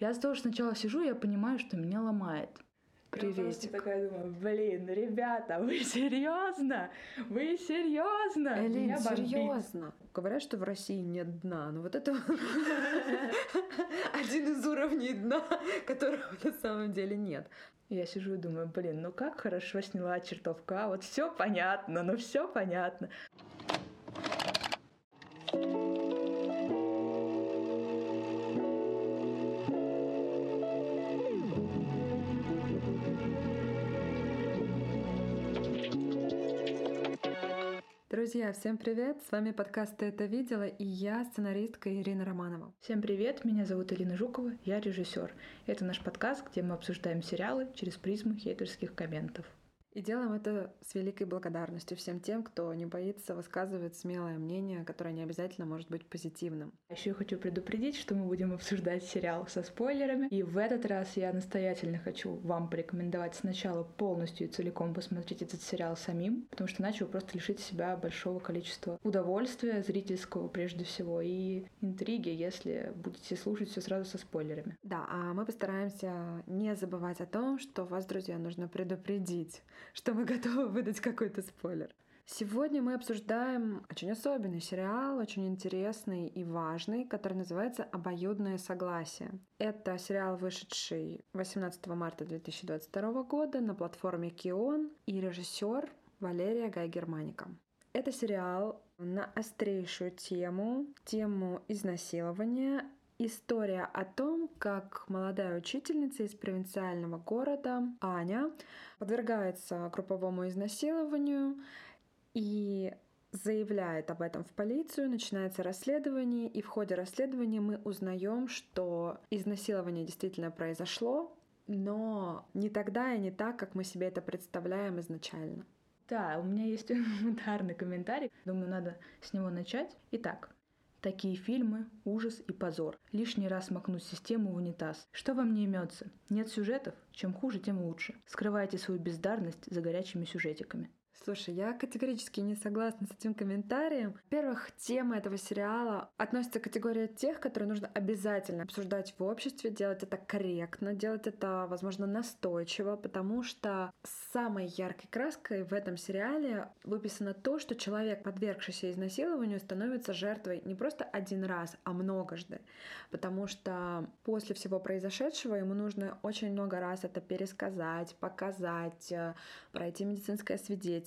Я тоже сначала сижу, я понимаю, что меня ломает. Приветик. Я такая думаю, ребята, вы серьезно? Вы серьезно? Элин, серьезно? Говорят, что в России нет дна, но вот это один из уровней дна, которого на самом деле нет. Я сижу и думаю, ну как хорошо сняла чертовка, вот все понятно, все понятно. Друзья, всем привет! С вами подкаст «Ты это видела?» и я, сценаристка Ирина Романова. Всем привет! Меня зовут Элина Жукова, я режиссер. Это наш подкаст, где мы обсуждаем сериалы через призму хейтерских комментов. И делаем это с великой благодарностью всем тем, кто не боится высказывать смелое мнение, которое не обязательно может быть позитивным. Еще я хочу предупредить, что мы будем обсуждать сериал со спойлерами. И в этот раз я настоятельно хочу вам порекомендовать сначала полностью и целиком посмотреть этот сериал самим, потому что иначе вы просто лишите себя большого количества удовольствия зрительского прежде всего и интриги, если будете слушать все сразу со спойлерами. Да, а мы постараемся не забывать о том, что вас, друзья, нужно предупредить, что мы готовы выдать какой-то спойлер. Сегодня мы обсуждаем очень особенный сериал, очень интересный и важный, который называется «Обоюдное согласие». Это сериал, вышедший 18 марта 2022 года на платформе Кион, и режиссер Валерия Гай Германика. Это сериал на острейшую тему изнасилования. История о том, как молодая учительница из провинциального города Аня подвергается групповому изнасилованию и заявляет об этом в полицию, начинается расследование, и в ходе расследования мы узнаем, что изнасилование действительно произошло, но не тогда и не так, как мы себе это представляем изначально. Да, у меня есть ударный комментарий. Думаю, надо с него начать. Итак. Такие фильмы – ужас и позор. Лишний раз макнуть систему в унитаз. Что вам не имется? Нет сюжетов? Чем хуже, тем лучше. Скрывайте свою бездарность за горячими сюжетиками. Слушай, я категорически не согласна с этим комментарием. Во-первых, тема этого сериала относится к категории тех, которые нужно обязательно обсуждать в обществе, делать это корректно, делать это, возможно, настойчиво, потому что самой яркой краской в этом сериале выписано то, что человек, подвергшийся изнасилованию, становится жертвой не просто один раз, а многожды. Потому что после всего произошедшего ему нужно очень много раз это пересказать, показать, пройти медицинское свидетельство,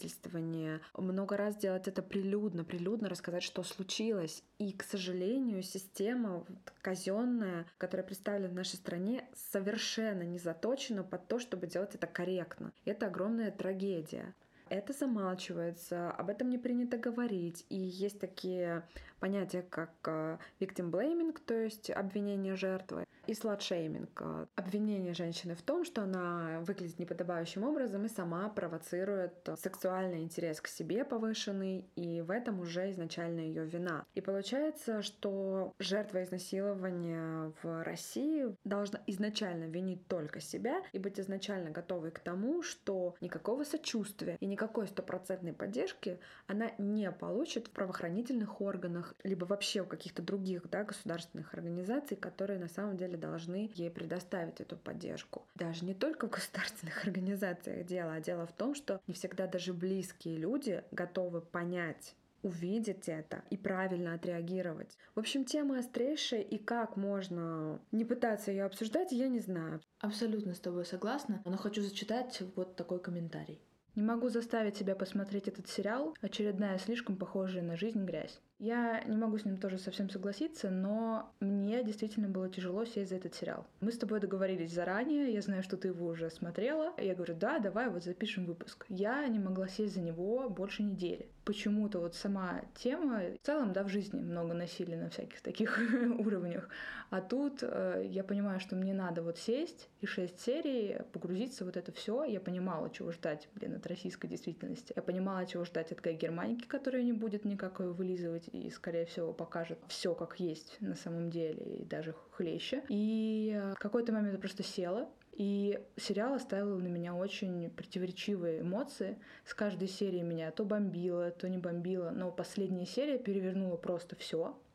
много раз делать это прилюдно рассказать, что случилось. И, к сожалению, система казенная, которая представлена в нашей стране, совершенно не заточена под то, чтобы делать это корректно. Это огромная трагедия. Это замалчивается, об этом не принято говорить. И есть такие понятия, как victim blaming, то есть обвинение жертвы, и slut-shaming, обвинение женщины в том, что она выглядит неподобающим образом и сама провоцирует сексуальный интерес к себе повышенный, и в этом уже изначально ее вина. И получается, что жертва изнасилования в России должна изначально винить только себя и быть изначально готовой к тому, что никакого сочувствия и никакой стопроцентной поддержки она не получит в правоохранительных органах, либо вообще у каких-то других государственных организаций, которые на самом деле должны ей предоставить эту поддержку. Даже не только в государственных организациях дело, а дело в том, что не всегда даже близкие люди готовы понять, увидеть это и правильно отреагировать. В общем, тема острейшая, и как можно не пытаться ее обсуждать, я не знаю. Абсолютно с тобой согласна, но хочу зачитать вот такой комментарий. Не могу заставить себя посмотреть этот сериал, очередная слишком похожая на жизнь грязь. Я не могу с ним тоже совсем согласиться, но мне действительно было тяжело сесть за этот сериал. Мы с тобой договорились заранее, я знаю, что ты его уже смотрела. Я говорю, да, давай вот запишем выпуск. Я не могла сесть за него больше недели. Почему-то вот сама тема, в целом, в жизни много насилия на всяких таких уровнях. А тут я понимаю, что мне надо вот сесть и 6 серий, погрузиться в вот это все. Я понимала, чего ждать, от российской действительности. Я понимала, чего ждать от Гай Германики, которая не будет никакой вылизывать и, скорее всего, покажет все как есть на самом деле, и даже хлеще. И в какой-то момент я просто села, и сериал оставил на меня очень противоречивые эмоции. С каждой серии меня то бомбило, то не бомбило, но последняя серия перевернула просто все.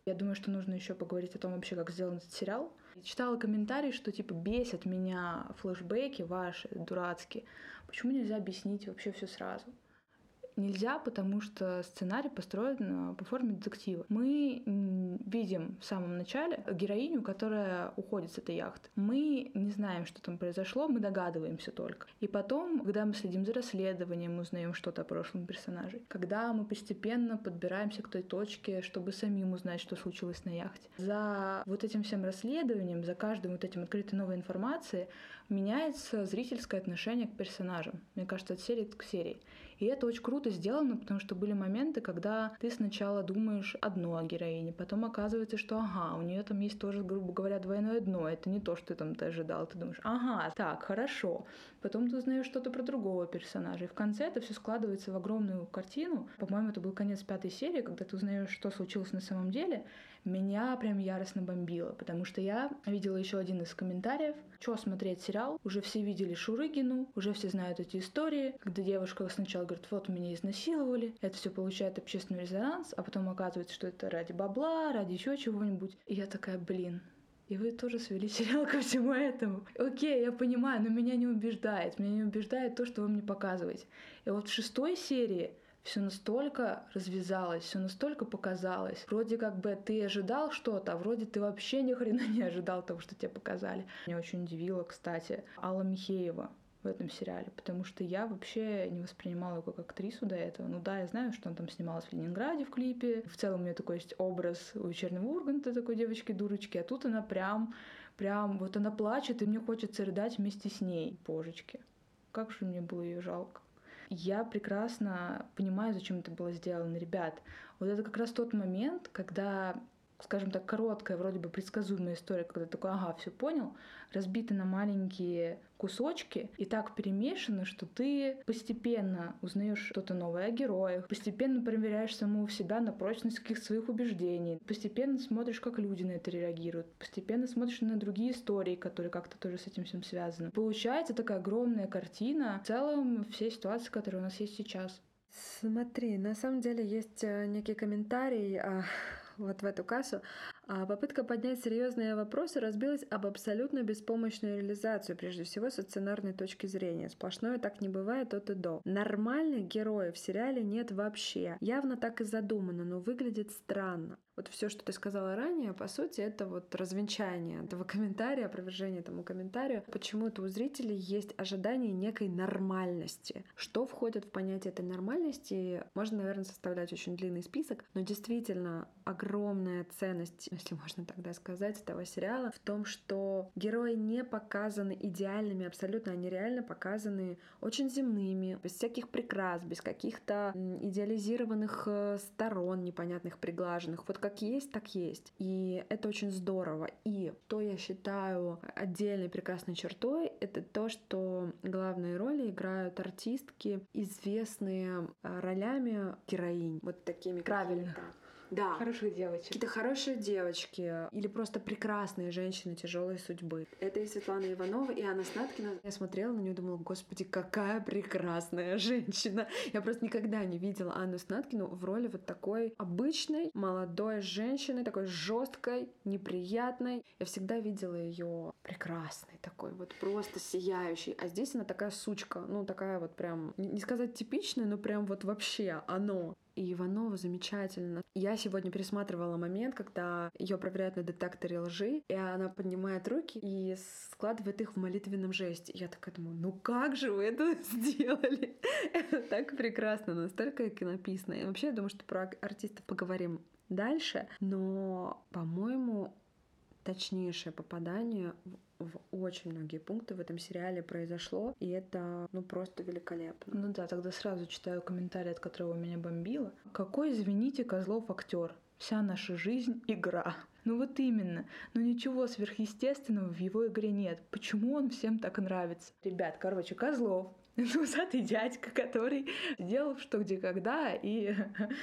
Я думаю, что нужно еще поговорить о том вообще, как сделан этот сериал. Я читала комментарии, что типа бесят меня флешбеки ваши дурацкие. Почему нельзя объяснить вообще все сразу? Нельзя, потому что сценарий построен по форме детектива. Мы видим в самом начале героиню, которая уходит с этой яхты. Мы не знаем, что там произошло, мы догадываемся только. И потом, когда мы следим за расследованием, мы узнаем что-то о прошлом персонаже. Когда мы постепенно подбираемся к той точке, чтобы самим узнать, что случилось на яхте. За вот этим всем расследованием, за каждым вот этим открытой новой информацией меняется зрительское отношение к персонажам. Мне кажется, от серии к серии. И это очень круто сделано, потому что были моменты, когда ты сначала думаешь одно о героине, потом оказывается, что ага, у нее там есть тоже, грубо говоря, двойное дно, это не то, что ты ожидал, ты думаешь, ага, так, хорошо. Потом ты узнаешь что-то про другого персонажа, и в конце это все складывается в огромную картину. По-моему, это был конец 5-й серии, когда ты узнаешь, что случилось на самом деле. Меня прям яростно бомбило, потому что я видела еще один из комментариев, что смотреть сериал, уже все видели Шурыгину, уже все знают эти истории, когда девушка сначала говорит, вот меня изнасиловали, это все получает общественный резонанс, а потом оказывается, что это ради бабла, ради еще чего-нибудь. И я такая, блин, и вы тоже свели сериал ко всему этому. Окей, я понимаю, но меня не убеждает. Меня не убеждает то, что вы мне показываете. И вот в 6-й серии все настолько развязалось, все настолько показалось. Вроде как бы ты ожидал что-то, а вроде ты вообще ни хрена не ожидал того, что тебе показали. Меня очень удивила, кстати, Алла Михеева в этом сериале, потому что я вообще не воспринимала ее как актрису до этого. Ну да, я знаю, что она там снималась в Ленинграде в клипе. В целом у нее такой есть образ у Вечернего Урганта, такой девочки-дурочки, а тут она прям вот она плачет, и мне хочется рыдать вместе с ней. Божечки, как же мне было ее жалко. Я прекрасно понимаю, зачем это было сделано, ребят. Вот это как раз тот момент, когда, скажем так, короткая, вроде бы предсказуемая история, когда ты такой, ага, все понял, разбита на маленькие кусочки и так перемешаны, что ты постепенно узнаешь что-то новое о героях, постепенно проверяешь самого себя на прочность каких-то своих убеждений, постепенно смотришь, как люди на это реагируют, постепенно смотришь на другие истории, которые как-то тоже с этим всем связаны. Получается такая огромная картина в целом всей ситуации, которая у нас есть сейчас. Смотри, на самом деле есть некий комментарий вот в эту кассу. Попытка поднять серьезные вопросы разбилась об абсолютно беспомощную реализацию, прежде всего, со сценарной точки зрения. Сплошное так не бывает от и до. Нормальных героев в сериале нет вообще. Явно так и задумано, но выглядит странно. Вот все, что ты сказала ранее, по сути, это вот развенчание этого комментария, опровержение этому комментарию. Почему-то у зрителей есть ожидание некой нормальности. Что входит в понятие этой нормальности? Можно, наверное, составлять очень длинный список, но действительно огромная ценность, если можно тогда сказать, этого сериала в том, что герои не показаны идеальными абсолютно, они реально показаны очень земными, без всяких прикрас, без каких-то идеализированных сторон непонятных, приглаженных. Вот как есть, так есть. И это очень здорово. И то, я считаю, отдельной прекрасной чертой, это то, что главные роли играют артистки, известные ролями героинь. Вот такими Правильно. Да. Хороших девочек. Какие-то хорошие девочки или просто прекрасные женщины тяжелой судьбы. Это и Светлана Иванова, и Анна Снаткина. Я смотрела на нее и думала, господи, какая прекрасная женщина. Я просто никогда не видела Анну Снаткину в роли вот такой обычной молодой женщины, такой жесткой, неприятной. Я всегда видела ее прекрасной, такой вот просто сияющей. А здесь она такая сучка, ну такая вот прям, не сказать типичная, но прям вот вообще оно. И Иванова замечательно. Я сегодня пересматривала момент, когда ее проверяют на детекторе лжи, и она поднимает руки и складывает их в молитвенном жесте. И я такая думаю, ну как же вы это сделали? Это так прекрасно, настолько иконописно. И вообще, я думаю, что про артистов поговорим дальше, но, по-моему, точнейшее попадание в очень многие пункты в этом сериале произошло, и это, ну, просто великолепно. Ну да, тогда сразу читаю комментарий, от которого меня бомбило. Какой, извините, Козлов актер? Вся наша жизнь — игра. Ну вот именно. Но ничего сверхъестественного в его игре нет. Почему он всем так нравится? Ребят, короче, Козлов — усатый дядька, который делал «Что, где, когда» и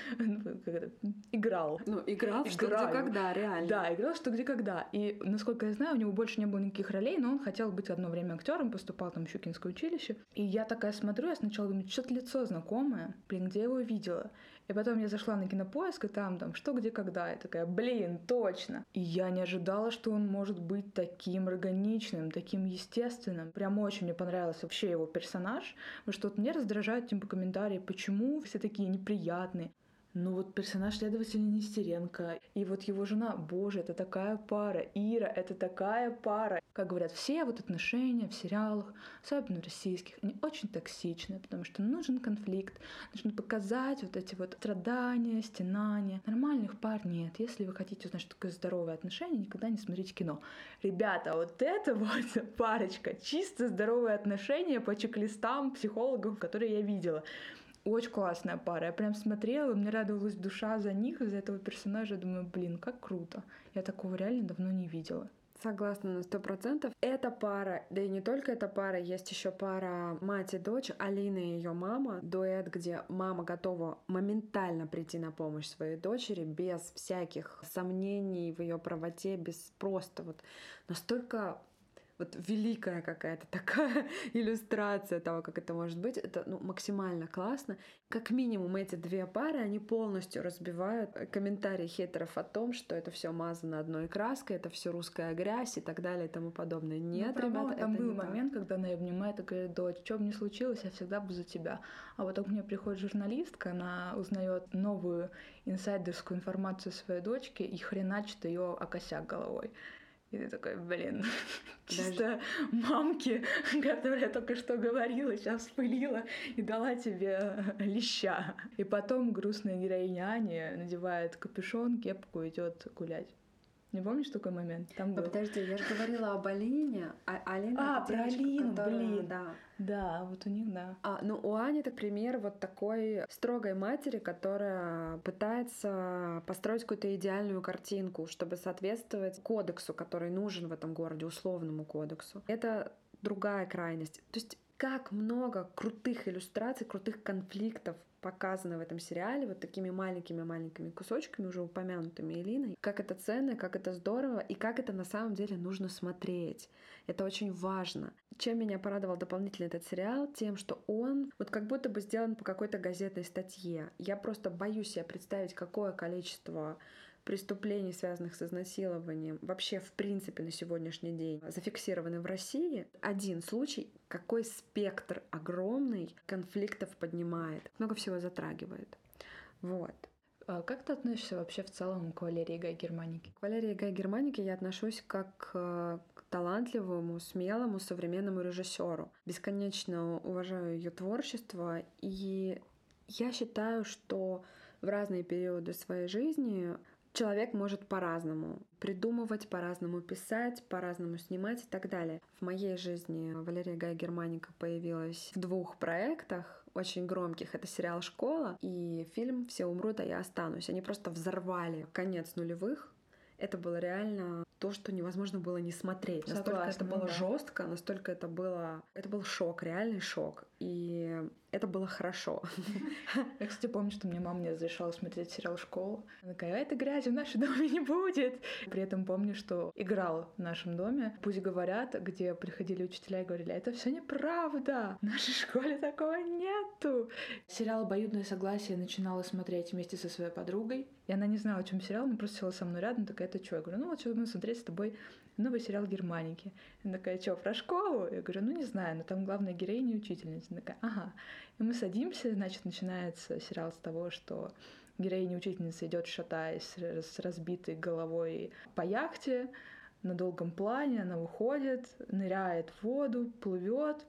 играл. Ну, играл «Что, где, когда», реально. Да, играл «Что, где, когда». И, насколько я знаю, у него больше не было никаких ролей, но он хотел быть одно время актером, поступал там в Щукинское училище. И я такая смотрю, я сначала думаю, что-то лицо знакомое. Блин, где я его видела? И потом я зашла на Кинопоиск, и там «Что, где, когда». Я такая, блин, точно. И я не ожидала, что он может быть таким органичным, таким естественным. Прям очень мне понравился вообще его персонаж. Потому что вот мне раздражают типа комментарии, почему все такие неприятные. Ну вот персонаж следователя Нестеренко, и вот его жена, боже, это такая пара, Ира, это такая пара. Как говорят, все вот отношения в сериалах, особенно в российских, они очень токсичны, потому что нужен конфликт, нужно показать вот эти вот страдания, стенания. Нормальных пар нет. Если вы хотите узнать, что такое здоровые отношения, никогда не смотрите кино. Ребята, вот это вот парочка, чисто здоровые отношения по чек-листам психологов, которые я видела. Очень классная пара. Я прям смотрела, мне радовалась душа за них, из-за этого персонажа. Думаю, блин, как круто. Я такого реально давно не видела. Согласна на 100%. Эта пара, да и не только эта пара, есть еще пара мать и дочь, Алина и ее мама. Дуэт, где мама готова моментально прийти на помощь своей дочери без всяких сомнений в ее правоте, без просто вот настолько вот великая какая-то такая иллюстрация того, как это может быть. Это максимально классно. Как минимум эти две пары, они полностью разбивают комментарии хейтеров о том, что это все мазано одной краской, это все русская грязь и так далее и тому подобное. Нет, ребята, там это был не момент, так. когда она ее обнимает и говорит, дочь, что бы ни случилось, я всегда буду за тебя. А вот ко мне приходит журналистка, она узнает новую инсайдерскую информацию о своей дочке и хреначит ее о косяк головой. И ты такой, блин, чисто мамки, которая только что говорила, сейчас вспылила и дала тебе леща. И потом грустная героиня Ани надевает капюшон, кепку, идет гулять. Не помнишь такой момент? Там был. Подожди, я же говорила об Алине. Алина про Алину, которая, блин. Да. Да, вот у них, да. У Ани это пример вот такой строгой матери, которая пытается построить какую-то идеальную картинку, чтобы соответствовать кодексу, который нужен в этом городе, условному кодексу. Это другая крайность. То есть как много крутых иллюстраций, крутых конфликтов показано в этом сериале вот такими маленькими-маленькими кусочками, уже упомянутыми Элиной. Как это ценно, как это здорово и как это на самом деле нужно смотреть. Это очень важно. Чем меня порадовал дополнительно этот сериал? Тем, что он вот как будто бы сделан по какой-то газетной статье. Я просто боюсь себе представить, какое количество преступлений, связанных с изнасилованием, вообще в принципе на сегодняшний день зафиксированы в России. Один случай, какой спектр огромный конфликтов поднимает, много всего затрагивает. Вот. А как ты относишься вообще в целом к Валерии Гай Германике? К Валерии Гай Германике я отношусь как к талантливому, смелому, современному режиссеру. Бесконечно уважаю ее творчество, и я считаю, что в разные периоды своей жизни человек может по-разному придумывать, по-разному писать, по-разному снимать и так далее. В моей жизни Валерия Гай Германика появилась в 2 проектах очень громких. Это сериал «Школа» и фильм «Все умрут, а я останусь». Они просто взорвали конец нулевых. Это было реально то, что невозможно было не смотреть. Настолько это было жестко, настолько это был шок, реальный шок. И это было хорошо. Я, кстати, помню, что мне мама не разрешала смотреть сериал «Школа». Она такая, этой грязи в нашем доме не будет. При этом помню, что играл в нашем доме «Пусть говорят», где приходили учителя и говорили, это все неправда, в нашей школе такого нету. Сериал «Обоюдное согласие» начинала смотреть вместе со своей подругой. И она не знала, о чем сериал, она просто села со мной рядом, такая, это что? Я говорю, вот сейчас будем смотреть с тобой новый сериал Германики. Она такая, что, про школу? Я говорю, не знаю, но там главная героиня учительница. Она такая, ага. И мы садимся, значит, начинается сериал с того, что героиня-учительница идет, шатаясь с разбитой головой по яхте, на долгом плане, она выходит, ныряет в воду, плывет.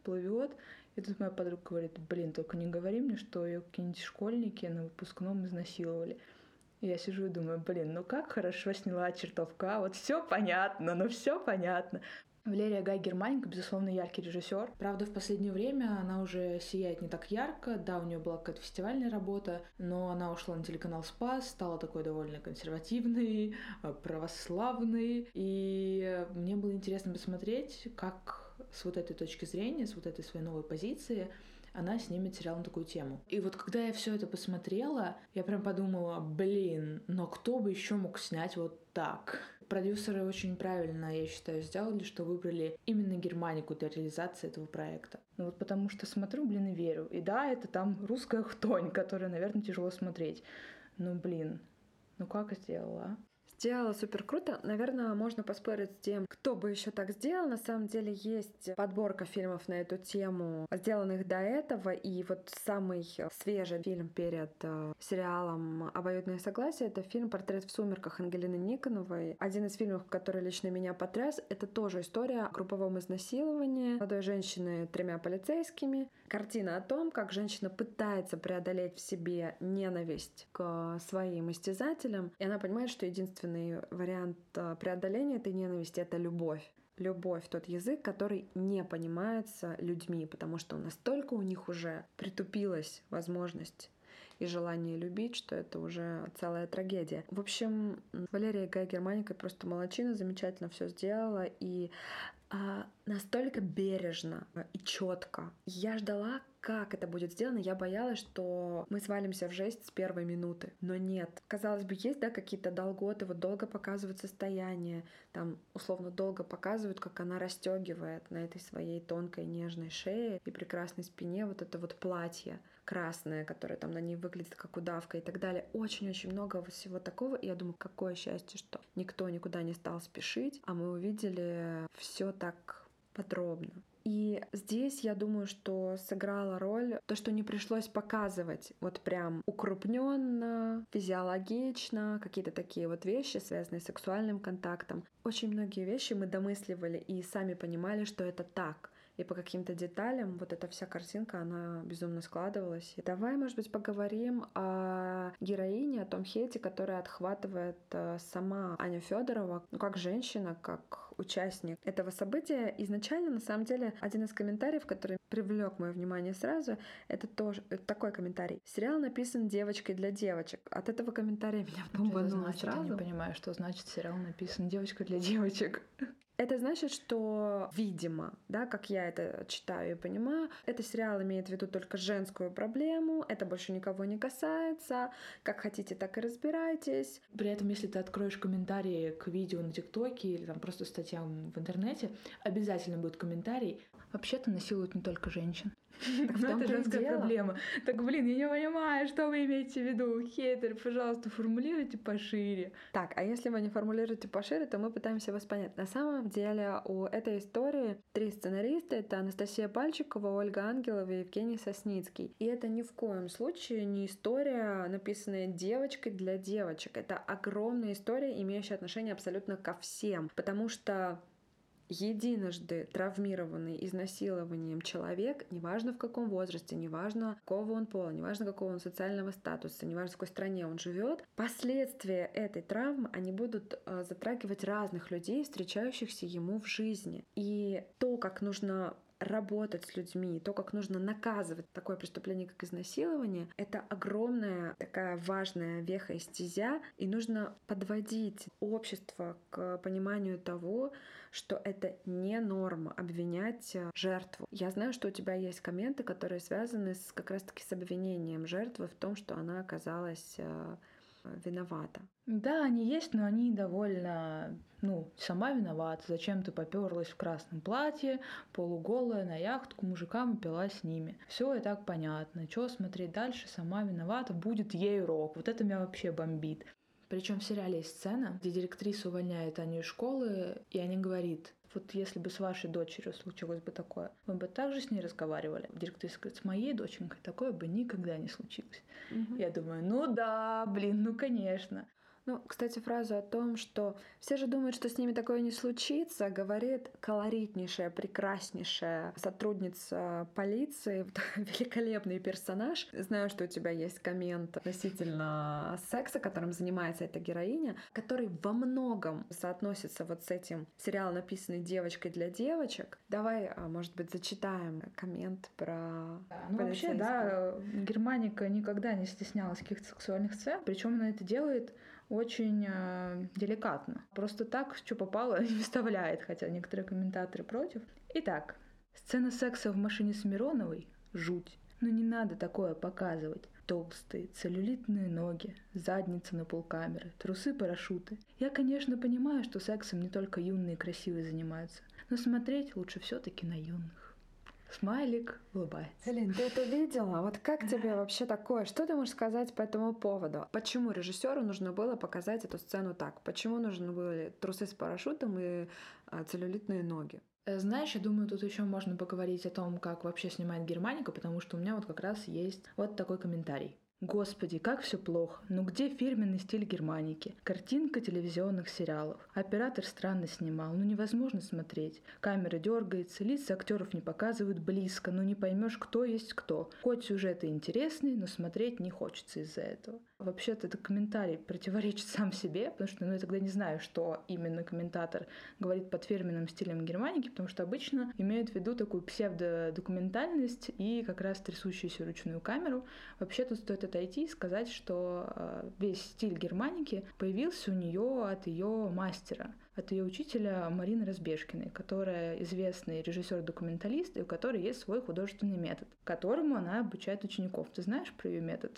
И тут моя подруга говорит, только не говори мне, что ее какие-нибудь школьники на выпускном изнасиловали. И я сижу и думаю, как хорошо сняла чертовка, вот все понятно, все понятно. Валерия Гай Германика, безусловно, яркий режиссер. Правда, в последнее время она уже сияет не так ярко. Да, у нее была какая-то фестивальная работа, но она ушла на телеканал «Спас», стала такой довольно консервативной, православной. И мне было интересно посмотреть, как с вот этой точки зрения, с вот этой своей новой позиции она снимет сериал на такую тему. И вот когда я все это посмотрела, я прям подумала, но кто бы еще мог снять вот так? Продюсеры очень правильно, я считаю, сделали, что выбрали именно Германику для реализации этого проекта. Ну вот потому что смотрю, блин, и верю. И да, это там русская хтонь, которую, наверное, тяжело смотреть. Ну, блин, ну как сделала, а? Сделала супер круто. Наверное, можно поспорить с тем, кто бы еще так сделал. На самом деле есть подборка фильмов на эту тему, сделанных до этого. И вот самый свежий фильм перед сериалом «Обоюдное согласие» — это фильм «Портрет в сумерках» Ангелины Никоновой. Один из фильмов, который лично меня потряс, это тоже история о групповом изнасиловании молодой женщины 3 полицейскими. Картина о том, как женщина пытается преодолеть в себе ненависть к своим истязателям, и она понимает, что единственный вариант преодоления этой ненависти — это любовь. Любовь — тот язык, который не понимается людьми, потому что настолько у них уже притупилась возможность и желание любить, что это уже целая трагедия. В общем, Валерия Гай Германика просто молодчина, замечательно все сделала, и настолько бережно и четко. Я ждала, как это будет сделано. Я боялась, что мы свалимся в жесть с первой минуты. Но нет. Казалось бы, есть, да, какие-то долготы, вот долго показывают состояние, там, условно, долго показывают, как она расстегивает на этой своей тонкой нежной шее и прекрасной спине вот это вот платье красное, которое там на ней выглядит как удавка и так далее. Очень-очень много всего такого. И я думаю, какое счастье, что никто никуда не стал спешить, а мы увидели все так подробно. И здесь, я думаю, что сыграла роль то, что не пришлось показывать вот прям укрупненно, физиологично, какие-то такие вот вещи, связанные с сексуальным контактом. Очень многие вещи мы домысливали и сами понимали, что это так. И по каким-то деталям вот эта вся картинка, она безумно складывалась. И давай, может быть, поговорим о героине, о том хейте, который отхватывает сама Аня Федорова, ну, как женщина, как участник этого события. Изначально, на самом деле, один из комментариев, который привлек мое внимание сразу, это тоже такой комментарий. Сериал написан девочкой для девочек. От этого комментария меня бомбануло сразу. Я не понимаю, что значит сериал написан девочкой для девочек. Это значит, что, видимо, да, как я это читаю и понимаю, этот сериал имеет в виду только женскую проблему, это больше никого не касается, как хотите, так и разбирайтесь. При этом, если ты откроешь комментарии к видео на ТикТоке или там просто статьям в интернете, обязательно будет комментарий: вообще-то насилуют не только женщин. Это женская проблема. Так, блин, я не понимаю, что вы имеете в виду. Хейтеры, пожалуйста, формулируйте пошире. Так, а если вы не формулируете пошире, то мы пытаемся вас понять. На самом деле у этой истории 3 сценариста. Это Анастасия Пальчикова, Ольга Ангелова и Евгений Сосницкий. И это ни в коем случае не история, написанная девочкой для девочек. Это огромная история, имеющая отношение абсолютно ко всем. Потому что единожды травмированный изнасилованием человек, неважно в каком возрасте, неважно какого он пола, неважно какого он социального статуса, неважно в какой стране он живет, последствия этой травмы, они будут затрагивать разных людей, встречающихся ему в жизни. И то, как нужно работать с людьми, то, как нужно наказывать такое преступление, как изнасилование, это огромная такая важная веха и стезя, и нужно подводить общество к пониманию того, что это не норма обвинять жертву. Я знаю, что у тебя есть комменты, которые связаны как раз-таки с обвинением жертвы в том, что она оказалась виновата. Да, они есть, но они довольно, сама виновата. Зачем ты попёрлась в красном платье, полуголая, на яхту к мужикам и пила с ними? Все и так понятно. Чего смотреть дальше? Сама виновата, будет ей урок. Вот это меня вообще бомбит. Причем в сериале есть сцена, где директриса увольняет Аню из школы, и Аня говорит: вот если бы с вашей дочерью случилось бы такое, вы бы также с ней разговаривали? Директриса говорит: с моей доченькой такое бы никогда не случилось. Я думаю, конечно. Кстати, фразу о том, что все же думают, что с ними такое не случится, говорит колоритнейшая, прекраснейшая сотрудница полиции, великолепный персонаж. Знаю, что у тебя есть коммент относительно секса, которым занимается эта героиня, который во многом соотносится вот с этим сериалом, написанный девочкой для девочек. Давай, может быть, зачитаем коммент про вообще, да, Германика никогда не стеснялась каких-то сексуальных сцен, причем она это делает очень деликатно. Просто так, что попало, не вставляет, хотя некоторые комментаторы против. Итак, сцена секса в машине с Мироновой — жуть. Ну не надо такое показывать. Толстые, целлюлитные ноги, задница на полкамеры, трусы-парашюты. Я, конечно, понимаю, что сексом не только юные и красивые занимаются, но смотреть лучше все-таки на юных. Смайлик улыбается. Элин, ты это видела? Вот как тебе вообще такое? Что ты можешь сказать по этому поводу? Почему режиссеру нужно было показать эту сцену так? Почему нужны были трусы с парашютом и целлюлитные ноги? Знаешь, я думаю, тут еще можно поговорить о том, как вообще снимает Германика, потому что у меня вот как раз есть вот такой комментарий. Господи, как все плохо. Ну где фирменный стиль Германики? Картинка телевизионных сериалов. Оператор странно снимал, ну невозможно смотреть. Камера дергается, лица актеров не показывают близко, ну не поймешь, кто есть кто. Хоть сюжет и интересный, но смотреть не хочется из-за этого. Вообще-то этот комментарий противоречит сам себе, потому что я тогда не знаю, что именно комментатор говорит под фирменным стилем Германики, потому что обычно имеют в виду такую псевдодокументальность и как раз трясущуюся ручную камеру. Вообще тут стоит отойти и сказать, что весь стиль Германики появился у нее от ее мастера, от ее учителя Марины Разбежкиной, которая известный режиссер-документалист, и у которой есть свой художественный метод, которому она обучает учеников. Ты знаешь про ее метод?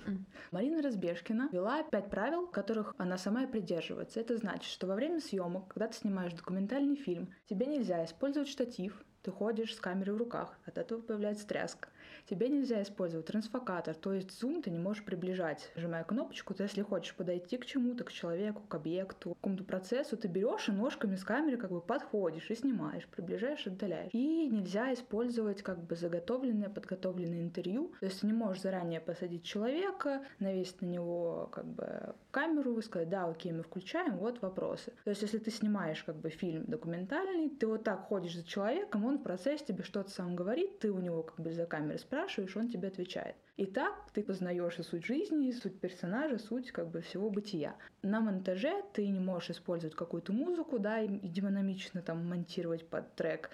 Марина Разбежкина ввела 5 правил, которых она сама и придерживается. Это значит, что во время съемок, когда ты снимаешь документальный фильм, тебе нельзя использовать штатив, ты ходишь с камерой в руках, от этого появляется тряска. Тебе нельзя использовать трансфокатор, то есть зум ты не можешь приближать. Нажимая кнопочку, ты если хочешь подойти к чему-то, к человеку, к объекту, к какому-то процессу, ты берешь и ножками с камеры как бы подходишь и снимаешь, приближаешь, отдаляешь. И нельзя использовать как бы подготовленное интервью, то есть ты не можешь заранее посадить человека, навесить на него как бы камеру и сказать, да, окей, мы включаем, вот вопросы. То есть если ты снимаешь как бы фильм документальный, ты вот так ходишь за человеком, он в процессе тебе что-то сам говорит, ты у него как бы за камерой спрашиваешь, он тебе отвечает. И так ты познаешь и суть жизни, и суть персонажа, суть как бы всего бытия. На монтаже ты не можешь использовать какую-то музыку, да, и динамично там монтировать под трек,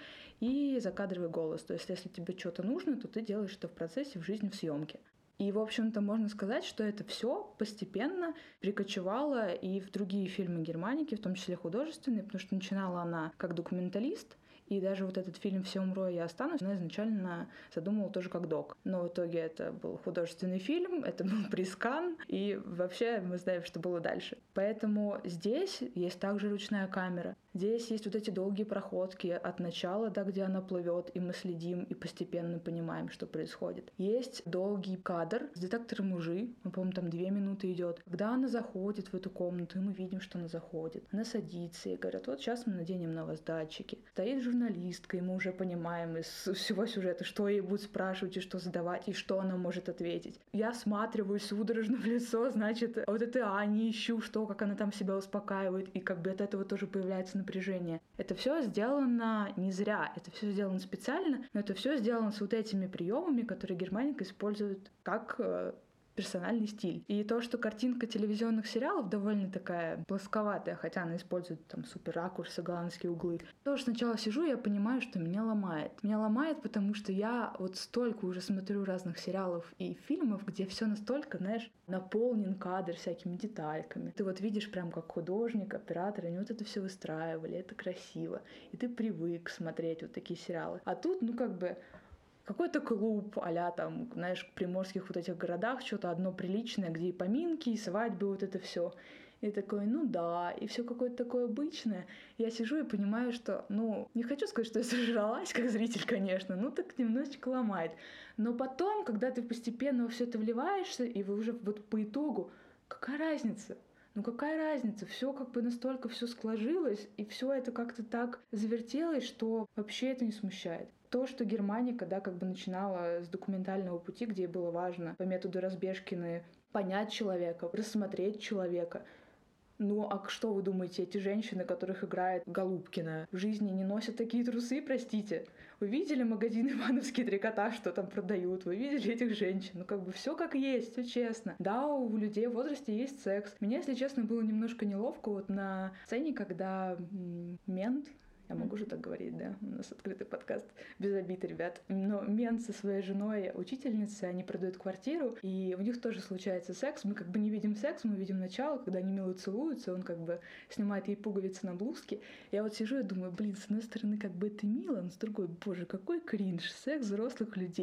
и закадровый голос. То есть если тебе что-то нужно, то ты делаешь это в процессе, в жизни, в съемке. И, в общем-то, можно сказать, что это все постепенно перекочевало и в другие фильмы Германики, в том числе художественные, потому что начинала она как документалист, и даже вот этот фильм «Все умру, а я останусь» она изначально задумала тоже как док. Но в итоге это был художественный фильм, это был пресс-скан, и вообще мы знаем, что было дальше. Поэтому здесь есть также ручная камера. Здесь есть вот эти долгие проходки от начала, да, где она плывет, и мы следим и постепенно понимаем, что происходит. Есть долгий кадр с детектором лжи, мы, по-моему, там 2 минуты идет. Когда она заходит в эту комнату, и мы видим, что она заходит. Она садится и говорят, вот сейчас мы наденем на вас датчики. Стоит журналистка, и мы уже понимаем из всего сюжета, что ей будут спрашивать, и что задавать, и что она может ответить. Я осматриваюсь судорожно в лицо, значит, вот это Ани ищу, что, как она там себя успокаивает, и как бы от этого тоже появляется напряжение. Это все сделано не зря, это все сделано специально, но это все сделано с вот этими приемами, которые Германика использует как персональный стиль. И то, что картинка телевизионных сериалов довольно такая плосковатая, хотя она использует там супер ракурсы, голландские углы. Тоже сначала сижу, и я понимаю, что меня ломает. Меня ломает, потому что я вот столько уже смотрю разных сериалов и фильмов, где все настолько, знаешь, наполнен кадр всякими детальками. Ты вот видишь прям как художник, оператор, они вот это все выстраивали, это красиво. И ты привык смотреть вот такие сериалы. А тут, ну как бы, какой-то клуб а-ля там, знаешь, в приморских вот этих городах, что-то одно приличное, где и поминки, и свадьбы, вот это все. И такой, ну да, и все какое-то такое обычное. Я сижу и понимаю, что, ну, не хочу сказать, что я сожралась, как зритель, конечно, ну так немножечко ломает. Но потом, когда ты постепенно во все это вливаешься, и вы уже вот по итогу, какая разница? Ну какая разница? Все как бы настолько все сложилось, и все это как-то так завертелось, что вообще это не смущает. То, что Германика, да, как бы начинала с документального пути, где ей было важно по методу Разбежкиной понять человека, рассмотреть человека. Ну, а что вы думаете, эти женщины, которых играет Голубкина, в жизни не носят такие трусы, простите? Вы видели магазин «Ивановский трикотаж», что там продают? Вы видели этих женщин? Ну, как бы все как есть, все честно. Да, у людей в возрасте есть секс. Мне, если честно, было немножко неловко вот на сцене, когда мент, я могу же так говорить, да? У нас открытый подкаст. Без обид, ребят. Но мент со своей женой, учительницей, они продают квартиру, и у них тоже случается секс. Мы как бы не видим секс, мы видим начало, когда они мило целуются, он как бы снимает ей пуговицы на блузке. Я вот сижу и думаю, блин, с одной стороны, как бы это мило, но с другой, боже, какой кринж, секс взрослых людей.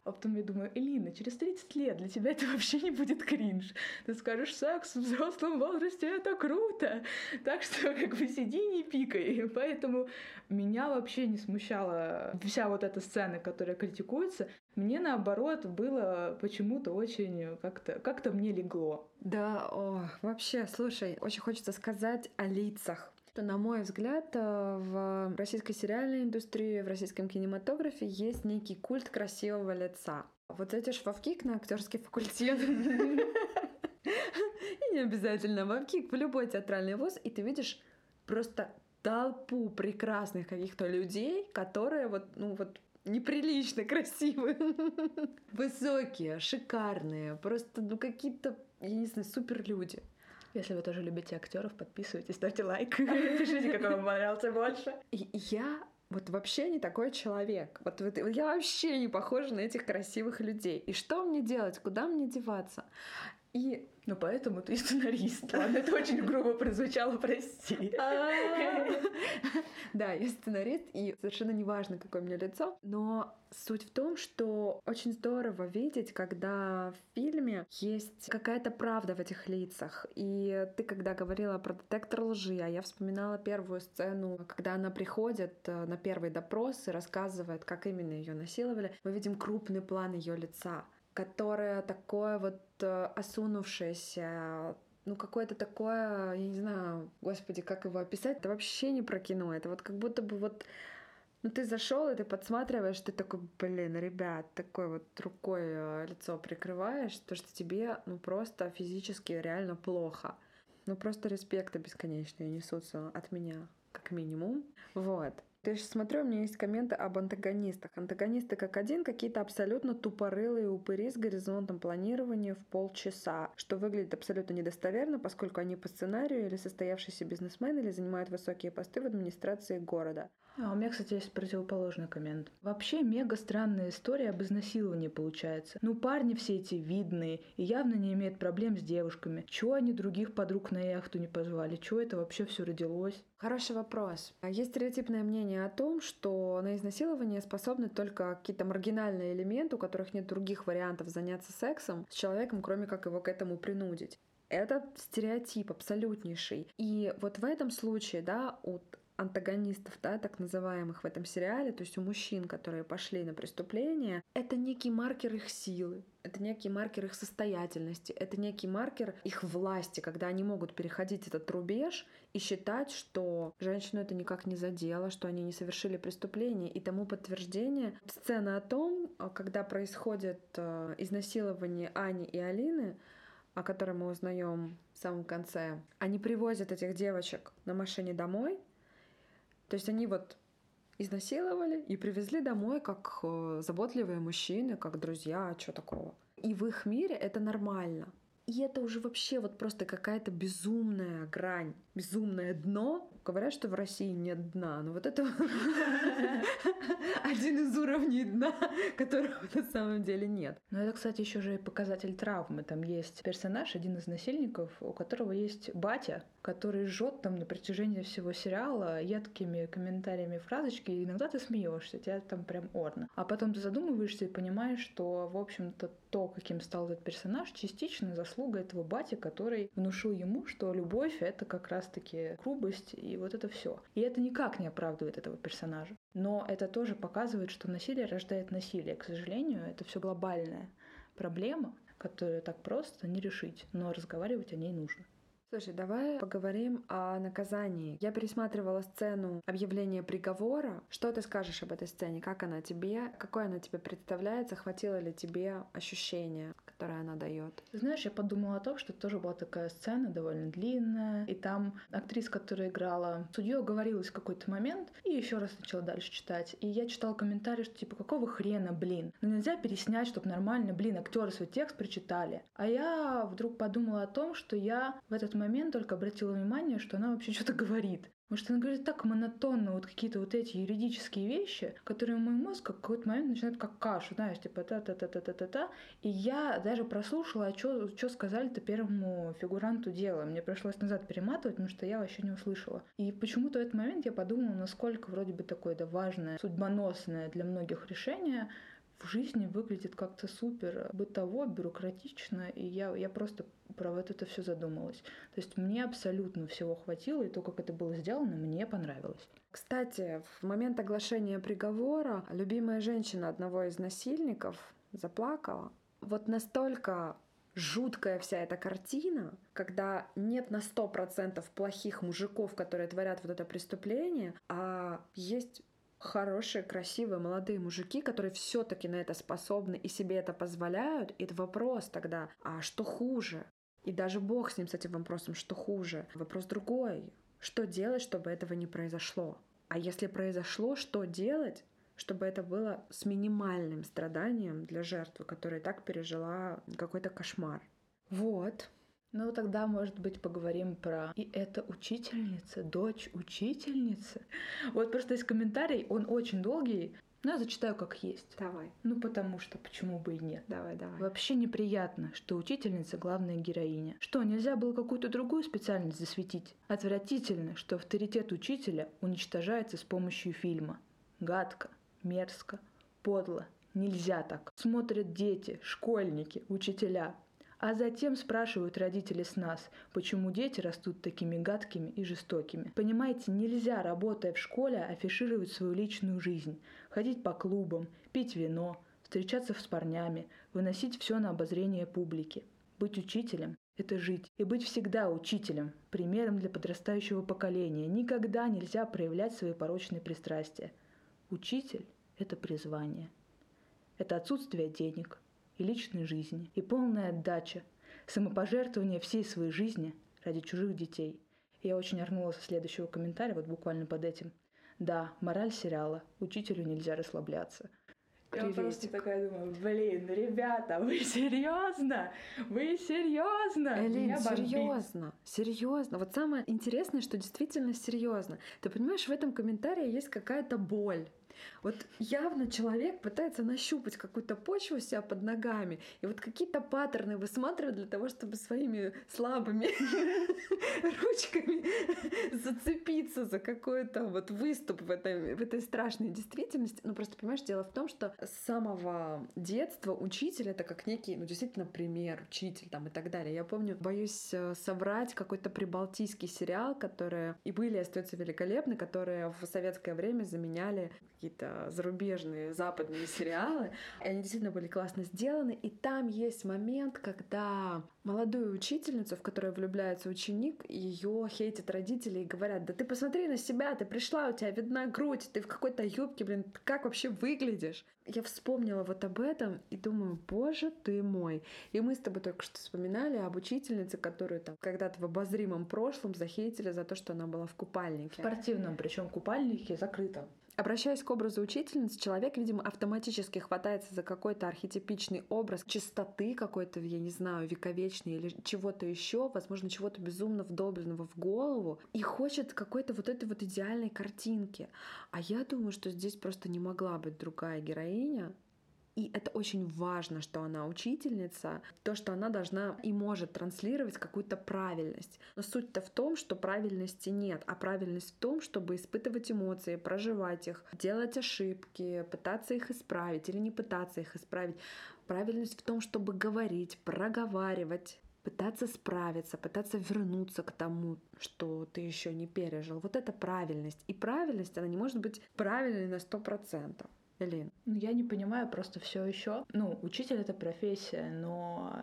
А потом я думаю, Элина, через 30 лет для тебя это вообще не будет кринж. Ты скажешь, секс в взрослом возрасте — это круто. Так что как бы сиди, не пикай. Поэтому меня вообще не смущала вся вот эта сцена, которая критикуется. Мне, наоборот, было почему-то очень как-то мне легло. Да, вообще, слушай, очень хочется сказать о лицах. Что, на мой взгляд, в российской сериальной индустрии, в российском кинематографе есть некий культ красивого лица. Вот эти во ВКИК на актерский факультет. И не обязательно в ВКИК, в любой театральный вуз, и ты видишь просто толпу прекрасных каких-то людей, которые вот неприлично красивые, высокие, шикарные, просто какие-то, я не знаю, супер люди. Если вы тоже любите актеров, подписывайтесь, ставьте лайк, пишите, какой вам понравился больше. И я вот вообще не такой человек. Вот я вообще не похожа на этих красивых людей. И что мне делать? Куда мне деваться? Ну, поэтому ты сценарист. Ладно, это очень грубо прозвучало, прости. Да, я сценарист, и совершенно неважно, какое у меня лицо. Но суть в том, что очень здорово видеть, когда в фильме есть какая-то правда в этих лицах. И ты, когда говорила про детектор лжи, а я вспоминала первую сцену, когда она приходит на первый допрос и рассказывает, как именно ее насиловали, мы видим крупный план ее лица, которое такое вот осунувшееся, какое-то такое, я не знаю, господи, как его описать, это вообще не про кино, это вот как будто бы ты зашел и ты подсматриваешь, ты такой, ребят, такой вот рукой лицо прикрываешь, то что тебе, просто физически реально плохо. Просто респекта бесконечные несутся от меня, как минимум. Вот. Я сейчас смотрю, у меня есть комменты об антагонистах. Антагонисты как один какие-то абсолютно тупорылые упыри с горизонтом планирования в полчаса, что выглядит абсолютно недостоверно, поскольку они по сценарию или состоявшиеся бизнесмены, или занимают высокие посты в администрации города. У меня, кстати, есть противоположный коммент. Вообще мега странная история об изнасиловании получается. Парни все эти видные и явно не имеют проблем с девушками. Чего они других подруг на яхту не позвали? Чего это вообще все родилось? Хороший вопрос. Есть стереотипное мнение о том, что на изнасилование способны только какие-то маргинальные элементы, у которых нет других вариантов заняться сексом с человеком, кроме как его к этому принудить. Это стереотип абсолютнейший. И вот в этом случае, у антагонистов, так называемых в этом сериале, то есть у мужчин, которые пошли на преступление, это некий маркер их силы, это некий маркер их состоятельности, это некий маркер их власти, когда они могут переходить этот рубеж и считать, что женщину это никак не задело, что они не совершили преступление. И тому подтверждение сцена о том, когда происходит изнасилование Ани и Алины, о которой мы узнаем в самом конце. Они привозят этих девочек на машине домой. То есть они изнасиловали и привезли домой как заботливые мужчины, как друзья, что такого. И в их мире это нормально. И это уже вообще просто какая-то безумная грань, безумное дно. Говорят, что в России нет дна, но это один из уровней дна, которого на самом деле нет. Но это, кстати, еще же и показатель травмы. Там есть персонаж, один из насильников, у которого есть батя, который жжет там на протяжении всего сериала едкими комментариями фразочки, и иногда ты смеешься, тебя там прям орно. А потом ты задумываешься и понимаешь, что, в общем-то, то, каким стал этот персонаж, частично заслуга этого бати, который внушил ему, что любовь — это как раз-таки грубость и вот это все. И это никак не оправдывает этого персонажа. Но это тоже показывает, что насилие рождает насилие. К сожалению, это все глобальная проблема, которую так просто не решить, но разговаривать о ней нужно. Слушай, давай поговорим о наказании. Я пересматривала сцену объявления приговора. Что ты скажешь об этой сцене? Как она тебе? Какой она тебе представляется? Хватило ли тебе ощущения, которое она дает? Знаешь, я подумала о том, что это тоже была такая сцена довольно длинная, и там актриса, которая играла судью, оговорилась в какой-то момент, и еще раз начала дальше читать. И я читала комментарии, что типа, какого хрена, Ну нельзя переснять, чтобы нормально, актеры свой текст прочитали. А я вдруг подумала о том, что я в этот момент только обратила внимание, что она вообще что-то говорит. Потому что она говорит так монотонно какие-то эти юридические вещи, которые мой мозг в какой-то момент начинает как кашу, знаешь, типа та-та-та-та-та-та-та. И я даже прослушала, а что сказали-то первому фигуранту дела. Мне пришлось назад перематывать, потому что я вообще не услышала. И почему-то в этот момент я подумала, насколько вроде бы такое важное, судьбоносное для многих решение в жизни выглядит как-то супер бытово, бюрократично, и я просто про вот это все задумалась. То есть мне абсолютно всего хватило, и то, как это было сделано, мне понравилось. Кстати, в момент оглашения приговора любимая женщина одного из насильников заплакала. Вот настолько жуткая вся эта картина, когда нет на 100% плохих мужиков, которые творят вот это преступление, а есть хорошие, красивые, молодые мужики, которые все-таки на это способны и себе это позволяют. И это вопрос тогда, а что хуже? И даже Бог с ним, с этим вопросом, что хуже? Вопрос другой. Что делать, чтобы этого не произошло? А если произошло, что делать, чтобы это было с минимальным страданием для жертвы, которая и так пережила какой-то кошмар? Вот. Ну, тогда, может быть, поговорим про «И это учительница, дочь учительницы». Вот просто есть комментарий, он очень долгий, но я зачитаю как есть. Давай. Ну, потому что почему бы и нет. Давай. Вообще неприятно, что учительница главная героиня. Что, нельзя было какую-то другую специальность засветить? Отвратительно, что авторитет учителя уничтожается с помощью фильма. Гадко, мерзко, подло. Нельзя так. Смотрят дети, школьники, учителя. А затем спрашивают родители с нас, почему дети растут такими гадкими и жестокими. Понимаете, нельзя, работая в школе, афишировать свою личную жизнь, ходить по клубам, пить вино, встречаться с парнями, выносить все на обозрение публики. Быть учителем – это жить. И быть всегда учителем, примером для подрастающего поколения. Никогда нельзя проявлять свои порочные пристрастия. Учитель – это призвание. Это отсутствие денег и личной жизни, и полная отдача, самопожертвование всей своей жизни ради чужих детей. И я очень орнула со следующего комментария, вот буквально под этим. Да, мораль сериала. Учителю нельзя расслабляться. Я просто такая думаю, блин, ребята, вы серьезно? Вы серьезно? Элин, серьезно. Вот самое интересное, что действительно серьезно. Ты понимаешь, в этом комментарии есть какая-то боль. Вот явно человек пытается нащупать какую-то почву у себя под ногами и вот какие-то паттерны высматривать для того, чтобы своими слабыми ручками зацепиться за какой-то вот выступ в этой страшной действительности. Ну просто, понимаешь, дело в том, что с самого детства учитель — это как некий, ну действительно пример, учитель там и так далее. Я помню, боюсь соврать, какой-то прибалтийский сериал, которые и были, и остаются великолепны, которые в советское время заменяли какие-то зарубежные западные сериалы. И они действительно были классно сделаны. И там есть момент, когда молодую учительницу, в которую влюбляется ученик, ее хейтят родители и говорят: да ты посмотри на себя, ты пришла, у тебя видна грудь, ты в какой-то юбке, блин, ты как вообще выглядишь? Я вспомнила вот об этом и думаю, боже ты мой. И мы с тобой только что вспоминали об учительнице, которую там когда-то в обозримом прошлом захейтили за то, что она была в купальнике. В спортивном, причем купальнике закрытом. Обращаясь к образу учительницы, человек, видимо, автоматически хватается за какой-то архетипичный образ чистоты какой-то, я не знаю, вековечной или чего-то еще, возможно, чего-то безумно вдолбленного в голову, и хочет какой-то вот этой вот идеальной картинки. А я думаю, что здесь просто не могла быть другая героиня. И это очень важно, что она учительница, то, что она должна и может транслировать какую-то правильность. Но суть-то в том, что правильности нет, а правильность в том, чтобы испытывать эмоции, проживать их, делать ошибки, пытаться их исправить или не пытаться их исправить. Правильность в том, чтобы говорить, проговаривать, пытаться справиться, пытаться вернуться к тому, что ты еще не пережил. Вот это правильность. И правильность, она не может быть правильной на 100%. Элин. Ну, я не понимаю просто все еще. Ну, учитель — это профессия, но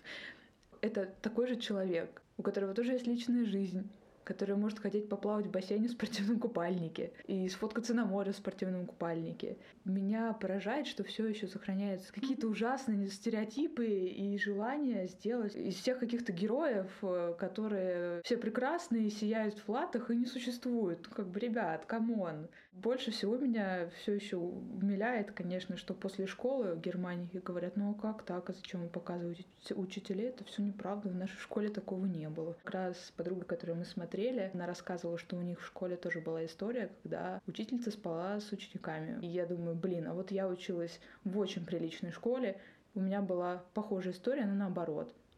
это такой же человек, у которого тоже есть личная жизнь, который может хотеть поплавать в бассейне в спортивном купальнике и сфоткаться на море в спортивном купальнике. Меня поражает, что все еще сохраняются какие-то ужасные стереотипы и желания сделать из всех каких-то героев, которые все прекрасные, сияют в латах и не существуют. Ну, как бы, ребят, камон. Больше всего меня все еще умиляет, конечно, что после школы в Германии говорят: ну а как так, а зачем вы показываете учителей? Это все неправда, в нашей школе такого не было. Как раз подруга, которую мы смотрели, она рассказывала, что у них в школе тоже была история, когда учительница спала с учениками. И я думаю, блин, а вот я училась в очень приличной школе, у меня была похожая история, но наоборот.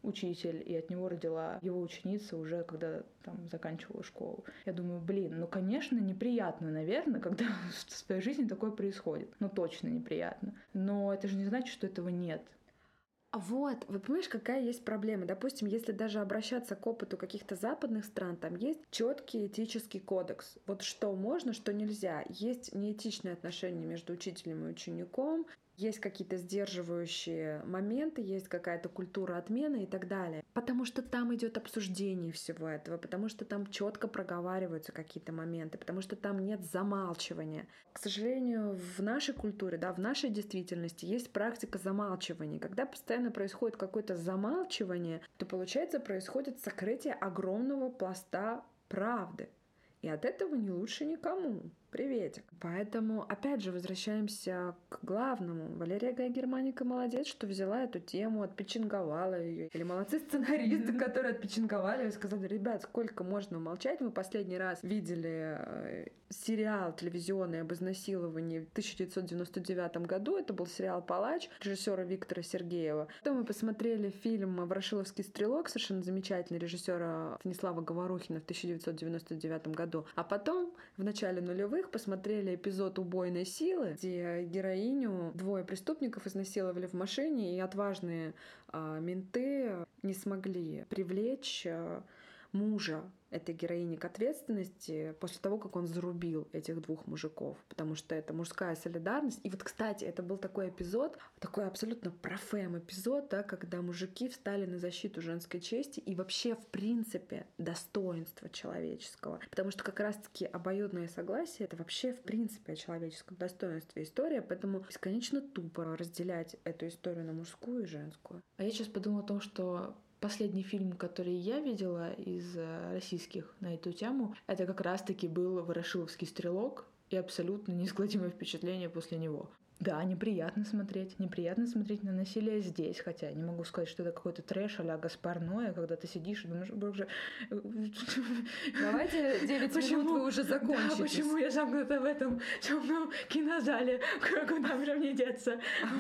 учитель, и от него родила его ученица уже, когда там заканчивала школу. Я думаю, ну, конечно, неприятно, наверное, когда в твоей жизни такое происходит. Ну, точно неприятно. Но это же не значит, что этого нет. А вот, вы понимаешь, какая есть проблема? Допустим, если даже обращаться к опыту каких-то западных стран, там есть четкий этический кодекс. Вот что можно, что нельзя. Есть неэтичные отношения между учителем и учеником, есть какие-то сдерживающие моменты, есть какая-то культура отмены и так далее. Потому что там идет обсуждение всего этого, потому что там четко проговариваются какие-то моменты, потому что там нет замалчивания. К сожалению, в нашей культуре, да, в нашей действительности есть практика замалчивания. Когда постоянно происходит какое-то замалчивание, то, получается, происходит сокрытие огромного пласта правды. И от этого не лучше никому. Приветик. Поэтому, опять же, возвращаемся к главному. Валерия Гай Германика молодец, что взяла эту тему, отпечинговала ее. Или молодцы сценаристы, которые отпечинговали ее и сказали: ребят, сколько можно молчать? Мы последний раз видели сериал телевизионный об изнасиловании в 1999 году. Это был сериал «Палач» режиссера Виктора Сергеева. Потом мы посмотрели фильм «Ворошиловский стрелок», совершенно замечательный, режиссера Станислава Говорухина в 1999 году. А потом, в начале нулевых, посмотрели эпизод «Убойной силы», где героиню двое преступников изнасиловали в машине, и отважные менты не смогли привлечь мужа этой героини к ответственности после того, как он зарубил этих двух мужиков, потому что это мужская солидарность. И вот, кстати, это был такой эпизод, такой абсолютно профэм эпизод, да, когда мужики встали на защиту женской чести и вообще, в принципе, достоинства человеческого. Потому что как раз-таки обоюдное согласие — это вообще, в принципе, о человеческом достоинстве история, поэтому бесконечно тупо разделять эту историю на мужскую и женскую. А я сейчас подумала о том, что последний фильм, который я видела из российских на эту тему, это как раз-таки был «Ворошиловский стрелок», и абсолютно неизгладимое впечатление после него. Да, неприятно смотреть на насилие здесь, хотя не могу сказать, что это какой-то трэш а-ля Гаспар Ноэ, когда ты сидишь и думаешь: боже, давайте 9 минут вы уже закончите. Да, почему я замкнута в этом темном кинозале? Куда же мне деться?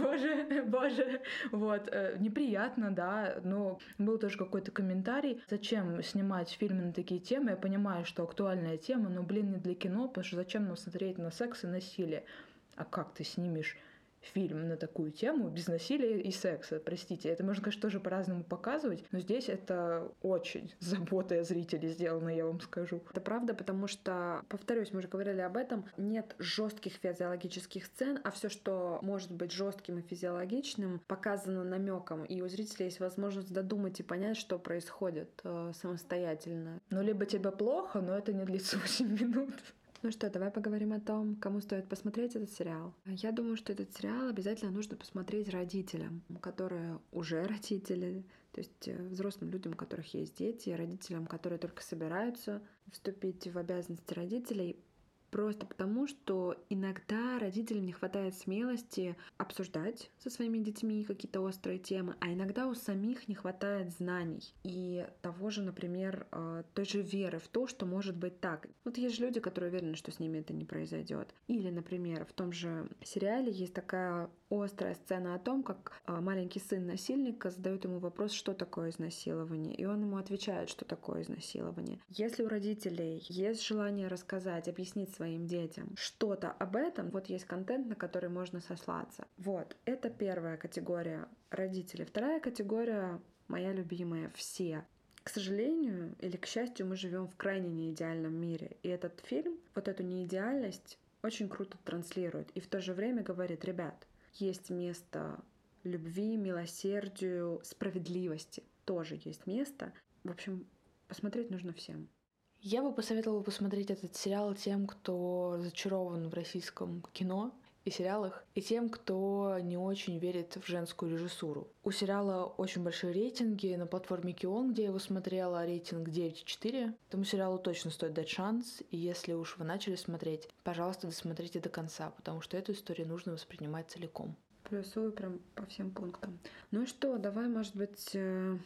Боже. Вот, неприятно, да, но был тоже какой-то комментарий, зачем снимать фильмы на такие темы. Я понимаю, что актуальная тема, но, не для кино, потому что зачем нам смотреть на секс и насилие? А как ты снимешь фильм на такую тему без насилия и секса? Простите, это можно, конечно, тоже по-разному показывать, но здесь это очень с заботой о зрителе сделано, я вам скажу. Это правда, потому что, повторюсь, мы уже говорили об этом, нет жестких физиологических сцен, а все, что может быть жестким и физиологичным, показано намеком, и у зрителя есть возможность додумать и понять, что происходит самостоятельно. Ну, либо тебе плохо, но это не длится 8 минут. Ну что, давай поговорим о том, кому стоит посмотреть этот сериал. Я думаю, что этот сериал обязательно нужно посмотреть родителям, которые уже родители, то есть взрослым людям, у которых есть дети, родителям, которые только собираются вступить в обязанности родителей. Просто потому, что иногда родителям не хватает смелости обсуждать со своими детьми какие-то острые темы, а иногда у самих не хватает знаний и того же, например, той же веры в то, что может быть так. Вот есть же люди, которые уверены, что с ними это не произойдет. Или, например, в том же сериале есть такая острая сцена о том, как маленький сын насильника задает ему вопрос, что такое изнасилование, и он ему отвечает, что такое изнасилование. Если у родителей есть желание рассказать, объяснить своим детям что-то об этом, вот есть контент, на который можно сослаться. Вот, это первая категория родителей. Вторая категория, моя любимая, все. К сожалению или к счастью, мы живем в крайне неидеальном мире, и этот фильм вот эту неидеальность очень круто транслирует и в то же время говорит: ребят, есть место любви, милосердию, справедливости. Тоже есть место. В общем, посмотреть нужно всем. Я бы посоветовала посмотреть этот сериал тем, кто разочарован в российском кино и сериалах, и тем, кто не очень верит в женскую режиссуру. У сериала очень большие рейтинги. На платформе Кион, где я его смотрела, рейтинг 9,4. Этому сериалу точно стоит дать шанс, и если уж вы начали смотреть, пожалуйста, досмотрите до конца, потому что эту историю нужно воспринимать целиком. Плюсую прям по всем пунктам. Ну и что, давай, может быть,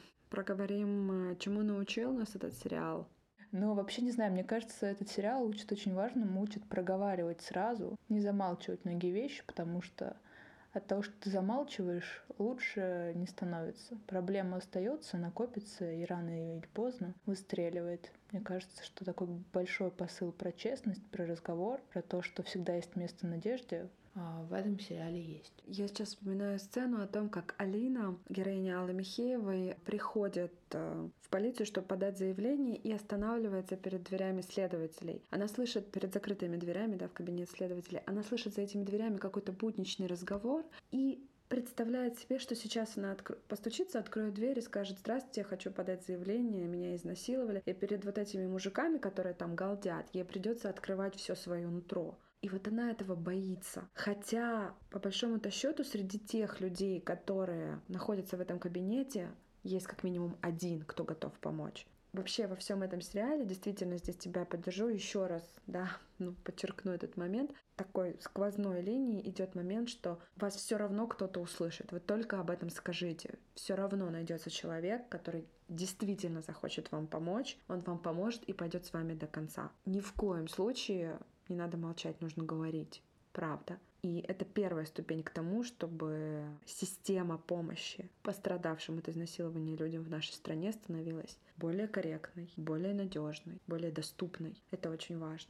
проговорим, чему научил нас этот сериал. Но вообще не знаю, мне кажется, этот сериал учит очень важному, учит проговаривать сразу, не замалчивать многие вещи, потому что от того, что ты замалчиваешь, лучше не становится. Проблема остается, накопится и рано или поздно выстреливает. Мне кажется, что такой большой посыл про честность, про разговор, про то, что всегда есть место надежде, в этом сериале есть. Я сейчас вспоминаю сцену о том, как Алина, героиня Аллы Михеевой, приходит в полицию, чтобы подать заявление, и останавливается перед дверями следователей. Она слышит перед закрытыми дверями, в кабинет следователей, она слышит за этими дверями какой-то будничный разговор и представляет себе, что сейчас она постучится, откроет дверь и скажет: «Здравствуйте, я хочу подать заявление, меня изнасиловали». И перед вот этими мужиками, которые там галдят, ей придется открывать все свое нутро. И вот она этого боится. Хотя, по большому-то счету, среди тех людей, которые находятся в этом кабинете, есть как минимум один, кто готов помочь. Вообще во всем этом сериале, действительно, здесь тебя поддержу еще раз, подчеркну этот момент. Такой сквозной линией идет момент, что вас все равно кто-то услышит. Вы только об этом скажите. Все равно найдется человек, который действительно захочет вам помочь. Он вам поможет и пойдет с вами до конца. Ни в коем случае не надо молчать, нужно говорить. Правда. И это первая ступень к тому, чтобы система помощи пострадавшим от изнасилования людям в нашей стране становилась более корректной, более надежной, более доступной. Это очень важно.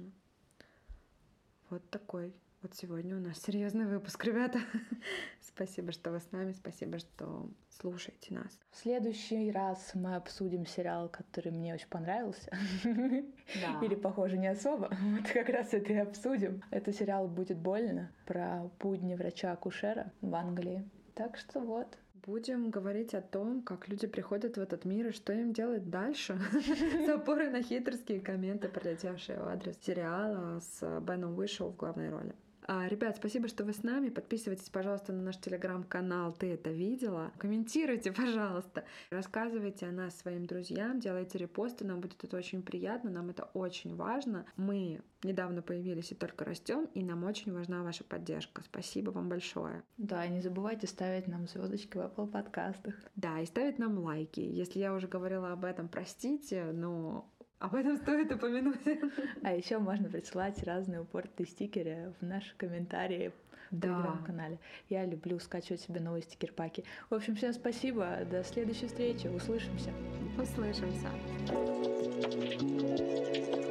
Вот такой вот сегодня у нас серьезный выпуск, ребята. Спасибо, что вы с нами, спасибо, что слушаете нас. В следующий раз мы обсудим сериал, который мне очень понравился. Да. Или, похоже, не особо. Вот как раз это и обсудим. Это сериал «Будет больно» про будни врача-акушера в Англии. Так что вот. Будем говорить о том, как люди приходят в этот мир и что им делать дальше. С опорой на хейтерские комменты, прилетевшие в адрес сериала с Беном Уишоу в главной роли. Ребят, спасибо, что вы с нами. Подписывайтесь, пожалуйста, на наш телеграм-канал «Ты это видела?». Комментируйте, пожалуйста. Рассказывайте о нас своим друзьям, делайте репосты. Нам будет это очень приятно, нам это очень важно. Мы недавно появились и только растем, и нам очень важна ваша поддержка. Спасибо вам большое. Да, и не забывайте ставить нам звездочки в Apple подкастах. Да, и ставить нам лайки. Если я уже говорила об этом, простите, но об этом стоит упомянуть. А еще можно присылать разные упортые стикеры в наши комментарии в телеграм-канале. Я люблю скачивать себе новые стикер-паки. В общем, всем спасибо. До следующей встречи. Услышимся. Услышимся.